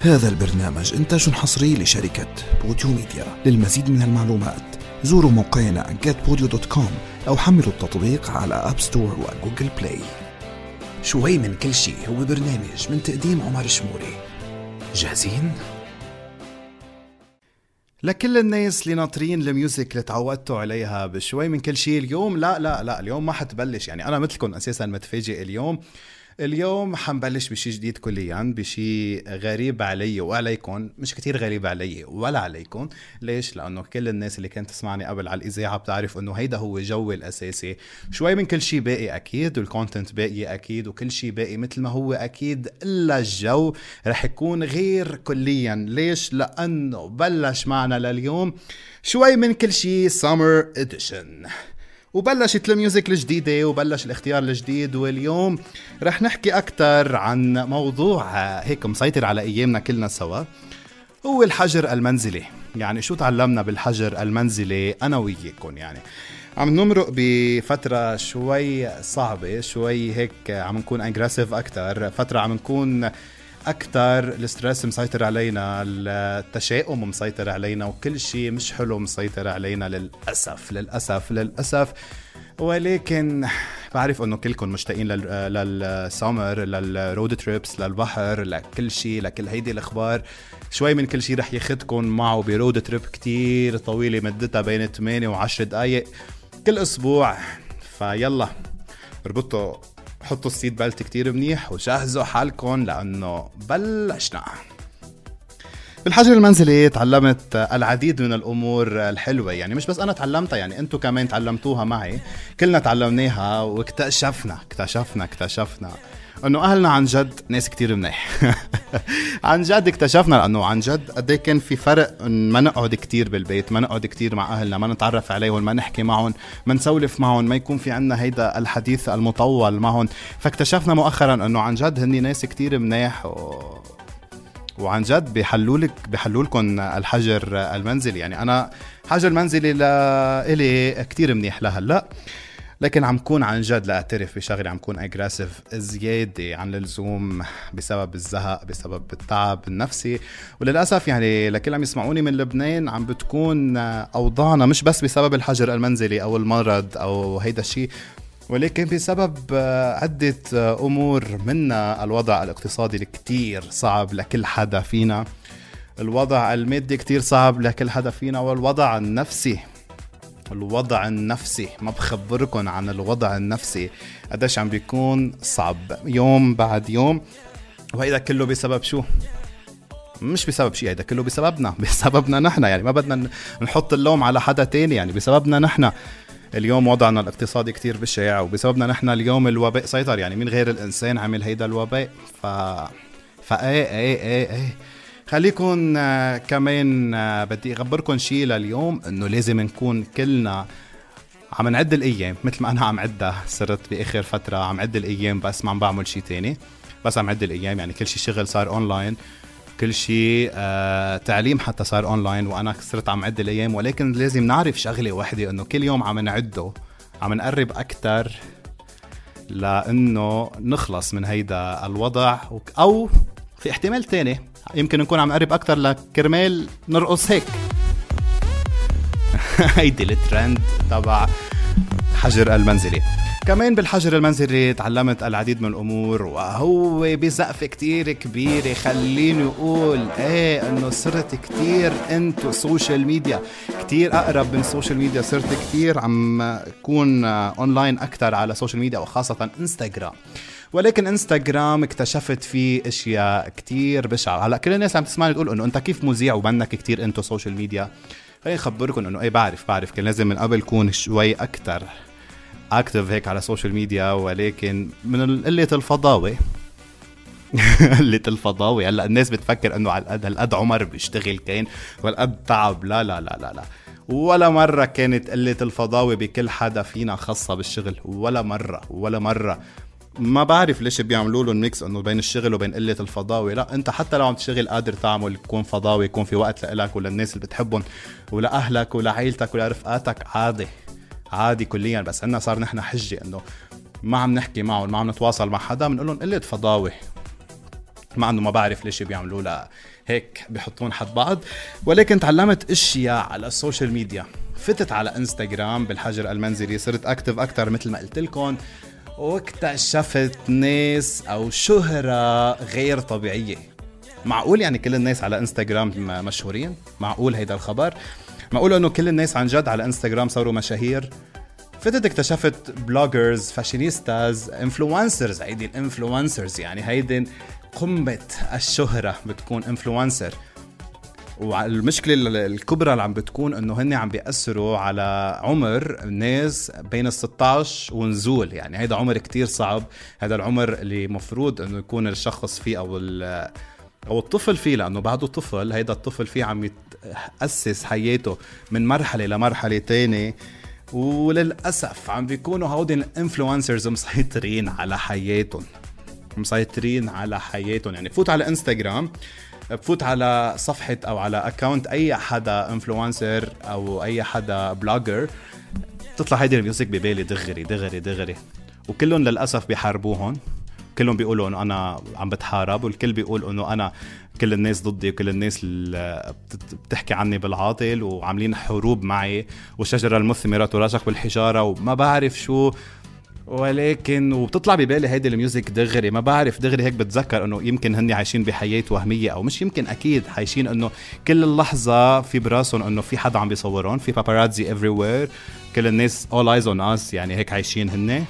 هذا البرنامج إنتاج حصري لشركة بوديو ميديا. للمزيد من المعلومات زوروا موقعنا getpodio.com أو حملوا التطبيق على أب ستور وجوجل بلاي. شوي من كل شيء هو برنامج من تقديم عمر شموري. جاهزين؟ لكل الناس اللي ناطرين الميوزك اللي تعودتوا عليها بشوي من كل شيء اليوم لا اليوم ما حتبلش. يعني أنا مثلكم أساساً متفاجئ اليوم حنبلش بشي جديد كليا، بشي غريب علي وعليكم، مش كتير غريب علي ولا عليكم. ليش؟ لأنه كل الناس اللي كانت تسمعني قبل على الإذاعة بتعرف أنه هيدا هو جوي الأساسي. شوي من كل شي باقي أكيد، والكونتنت باقي أكيد، وكل شي باقي مثل ما هو أكيد، إلا الجو رح يكون غير كليا. ليش؟ لأنه بلش معنا لليوم شوي من كل شي Summer Edition، وبلشت الميوزك الجديدة وبلش الاختيار الجديد. واليوم رح نحكي أكتر عن موضوع هيك مسيطر على أيامنا كلنا سوا، هو الحجر المنزلي. يعني شو تعلمنا بالحجر المنزلي أنا وياكم؟ يعني عم نمرق بفترة شوي صعبة، شوي هيك عم نكون أجريسيف أكتر، فترة عم نكون أكتر الستريس مسيطر علينا، التشاؤم مسيطر علينا، وكل شيء مش حلو مسيطر علينا للأسف. ولكن بعرف أنه كلكم مشتاقين للسامر، للرود تريبس، للبحر، لكل شيء، لكل هيدي الأخبار. شوي من كل شيء رح ياخدكم معه برود تريب كتير طويلة مدتها بين 8 و10 دقايق كل أسبوع. فيلا اربطوا، حطوا السيت بلت كتير منيح وجهزوا حالكم لأنه بلشنا. بالحجر المنزلي تعلمت العديد من الأمور الحلوة، يعني مش بس أنا تعلمتها، يعني أنتوا كمان تعلمتوها معي، كلنا تعلمناها واكتشفنا أنه أهلنا عن جد ناس كتير منيح. عن جد اكتشفنا لأنه عن جد قد كان في فرق ما نقعد كتير بالبيت، ما نقعد كتير مع أهلنا، ما نتعرف عليهم، ما نحكي معهم، ما نسولف معهم، ما يكون في عنا هيدا الحديث المطول معهم. فاكتشفنا مؤخرا أنه عن جد هني ناس كتير منيح وعن جد بيحلولكم الحجر المنزلي. يعني أنا حجر منزلي لإلي كتير منيح لهلأ، لكن عم كون عن جد لاعترف بشغلي، عم كون اجريسيف زيادة عن اللزوم بسبب الزهق، بسبب التعب النفسي. وللأسف يعني لكل عم يسمعوني من لبنان عم بتكون أوضاعنا مش بس بسبب الحجر المنزلي أو المرض أو هيدا الشيء، ولكن بسبب عدة أمور، منها الوضع الاقتصادي الكتير صعب لكل حدا فينا، الوضع المادي كتير صعب لكل حدا فينا، والوضع النفسي ما بخبركن عن الوضع النفسي قديش عم بيكون صعب يوم بعد يوم. وهيدا كله بسبب شو؟ مش بسبب شيء، هيدا كله بسببنا نحن. يعني ما بدنا نحط اللوم على حدا تاني، يعني بسببنا نحن. اليوم وضعنا الاقتصادي كتير بشع، وبسببنا نحن اليوم الوباء سيطر. يعني من غير الإنسان عمل هيدا الوباء؟ ايه خليكن كمان بدي أخبركن شيء لليوم، إنه لازم نكون كلنا عم نعد الأيام مثل ما أنا عم عدها. صرت بآخر فترة عم عد الأيام، بس ما عم بعمل شيء تاني، بس عم عد الأيام. يعني كل شيء شغل صار أونلاين، كل شيء تعليم حتى صار أونلاين، وأنا صرت عم عد الأيام. ولكن لازم نعرف شغلة واحدة، إنه كل يوم عم نعده عم نقرب أكتر لأنه نخلص من هيدا الوضع، أو في احتمال تاني يمكن نكون عم نقرب أكتر لكرمال نرقص هيك. هيدي الترند تبع حجر المنزلي. كمان بالحجر المنزلي تعلمت العديد من الأمور، وهو بزقف كتير كبيرة. خليني أقول إنه صرت كتير انتو سوشيال ميديا، كتير أقرب من سوشيال ميديا، صرت كتير عم أكون أونلاين أكتر على سوشيال ميديا، وخاصة إنستغرام. ولكن إنستغرام اكتشفت فيه اشياء كتير بشعة. هلا كل الناس عم تسمعني تقول انه انت كيف مذيع وبنك كتير انتو سوشيال ميديا؟ خليني اخبركم انه بعرف كان لازم من قبل كون شوي اكتر اكتف هيك على السوشيال ميديا، ولكن من قلة الفضاوة هلا الناس بتفكر انه على هالقد عمر بيشتغل كان والقد تعب. لا ولا مرة كانت قلة الفضاوة بكل حدا فينا خاصة بالشغل، ولا مرة. ما بعرف ليش بيعملوا له الميكس انه بين الشغل وبين قله الفضاوه. لا، انت حتى لو عم تشتغل قادر تعمل يكون فضاوي، يكون في وقت لك وللناس اللي بتحبهم ولاهلك ولعائلتك ولرفقاتك. عادي كليا. بس عنا صار نحن حجه انه ما عم نحكي معهم، ما عم نتواصل مع حدا، بنقول لهم قله فضاوه. مع انه ما بعرف ليش بيعملوا لا هيك بيحطون حد بعض. ولكن تعلمت اشياء على السوشيال ميديا، فتت على انستغرام بالحجر المنزلي، صرت اكتف اكتر مثل ما قلت لكم، واكتشفت ناس او شهرة غير طبيعية. معقول يعني كل الناس على انستغرام مشهورين؟ معقول هيدا الخبر؟ معقول انه كل الناس عن جد على انستغرام صاروا مشاهير؟ فتت اكتشفت بلوجرز، فاشينيستاز، انفلونسرز. هيدي الانفلونسرز يعني هيدي قمة الشهرة بتكون انفلونسر. والمشكلة الكبرى اللي عم بتكون انه هن عم بيأثروا على عمر الناس بين 16 ونزول. يعني هيدا عمر كتير صعب، هذا العمر اللي مفروض انه يكون الشخص فيه او الطفل فيه، لانه بعده طفل. هيدا الطفل فيه عم يتأسس حياته من مرحلة لمرحلة تانية. وللأسف عم بيكونوا هودين الانفلونسرز مسيطرين على حياتهم. يعني بفوت على انستغرام، بفوت على صفحة او على اكاونت اي حدا انفلونسر او اي حدا بلوجر، تطلع هيدي الميوزك ببالي دغري دغري دغري. وكلهم للأسف بيحاربوهم، كلهم بيقولوا انه انا عم بتحارب، والكل بيقول انه انا كل الناس ضدي وكل الناس اللي بتحكي عني بالعاطل وعاملين حروب معي، والشجرة المثمرة تراشق بالحجارة وما بعرف شو. ولكن وبتطلع ببالي هيدي الميوزك دغري، ما بعرف دغري هيك بتذكر انه يمكن هني عايشين بحياة وهمية، او مش يمكن اكيد عايشين انه كل اللحظة في براسهم انه في حدا عم بيصورون، في باباراتزي everywhere، كل الناس all eyes on us، يعني هيك عايشين هني.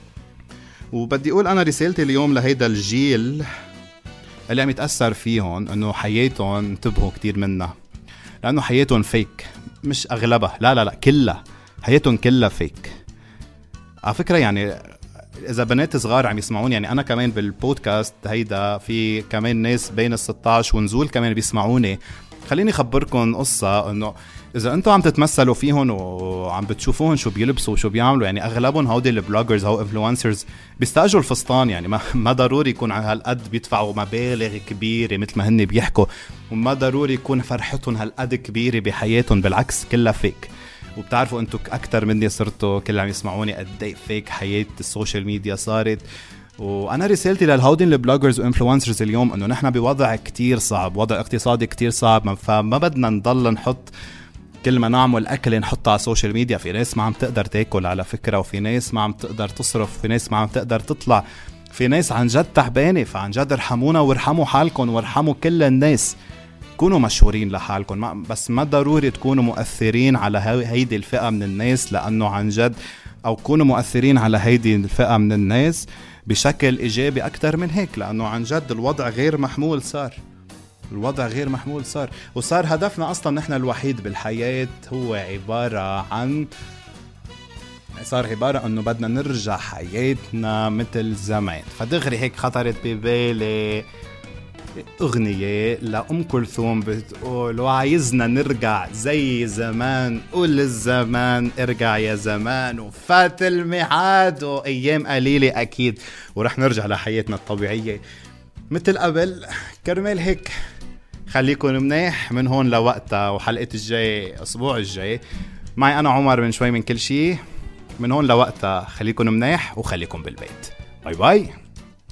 وبدي اقول انا رسالتي اليوم لهيدا الجيل اللي عم يتأثر فيهم انه حياتهم انتبهوا كتير منها، لانه حياتهم فيك. مش اغلبها، لا كلها، حياتهم كلها فيك على فكرة. يعني اذا بنات صغار عم يسمعون، يعني انا كمان بالبودكاست هيدا في كمان ناس بين 16 ونزول كمان بيسمعوني. خليني خبركن قصة، انه اذا انتم عم تتمثلوا فيهم وعم بتشوفوهم شو بيلبسوا وشو بيعملوا، يعني اغلبهم هودي البلوجرز او انفلونسرز بيستاجروا الفستان. يعني ما ضروري يكون على هالقد بيدفعوا مبالغ كبيرة مثل ما هن بيحكوا، وما ضروري يكون فرحتهم هالقد كبيرة بحياتهم، بالعكس كلها فيك. وبتعرفوا انتو اكتر مني صرتوا كل عم يسمعوني قد ايه فيك حياة السوشيال ميديا صارت. وانا رسالتي للهودين البلوجرز وانفلونسرز اليوم انه نحن بوضع كتير صعب، وضع اقتصادي كتير صعب، فما بدنا نضل نحط كل ما نعمل اكل نحطه على السوشيال ميديا. في ناس ما عم تقدر تاكل على فكرة، وفي ناس ما عم تقدر تصرف، في ناس ما عم تقدر تطلع، في ناس عن جد تعبانة. فعن جد ارحمونا وارحموا حالكم وارحموا كل الناس. كونوا مشهورين لحالكم، بس ما ضروري تكونوا مؤثرين على هيدي الفئة من الناس، لأنه عن جد أو كونوا مؤثرين على هيدي الفئة من الناس بشكل إيجابي أكتر من هيك، لأنه عن جد الوضع غير محمول صار. وصار هدفنا أصلا نحن الوحيد بالحياة هو عبارة أنه بدنا نرجع حياتنا مثل زمان. فدغري هيك خطرت ببالي أغنية لأم كلثوم بتقول وعايزنا نرجع زي زمان، قول الزمان ارجع يا زمان، وفات الميعاد وأيام قليلة أكيد ورح نرجع لحياتنا الطبيعية مثل قبل. كرمال هيك خليكم منيح من هون لوقتها، وحلقة الجاي أسبوع الجاي معي أنا عمر من شوي من كل شي. من هون لوقتها خليكم منيح وخليكم بالبيت. باي باي.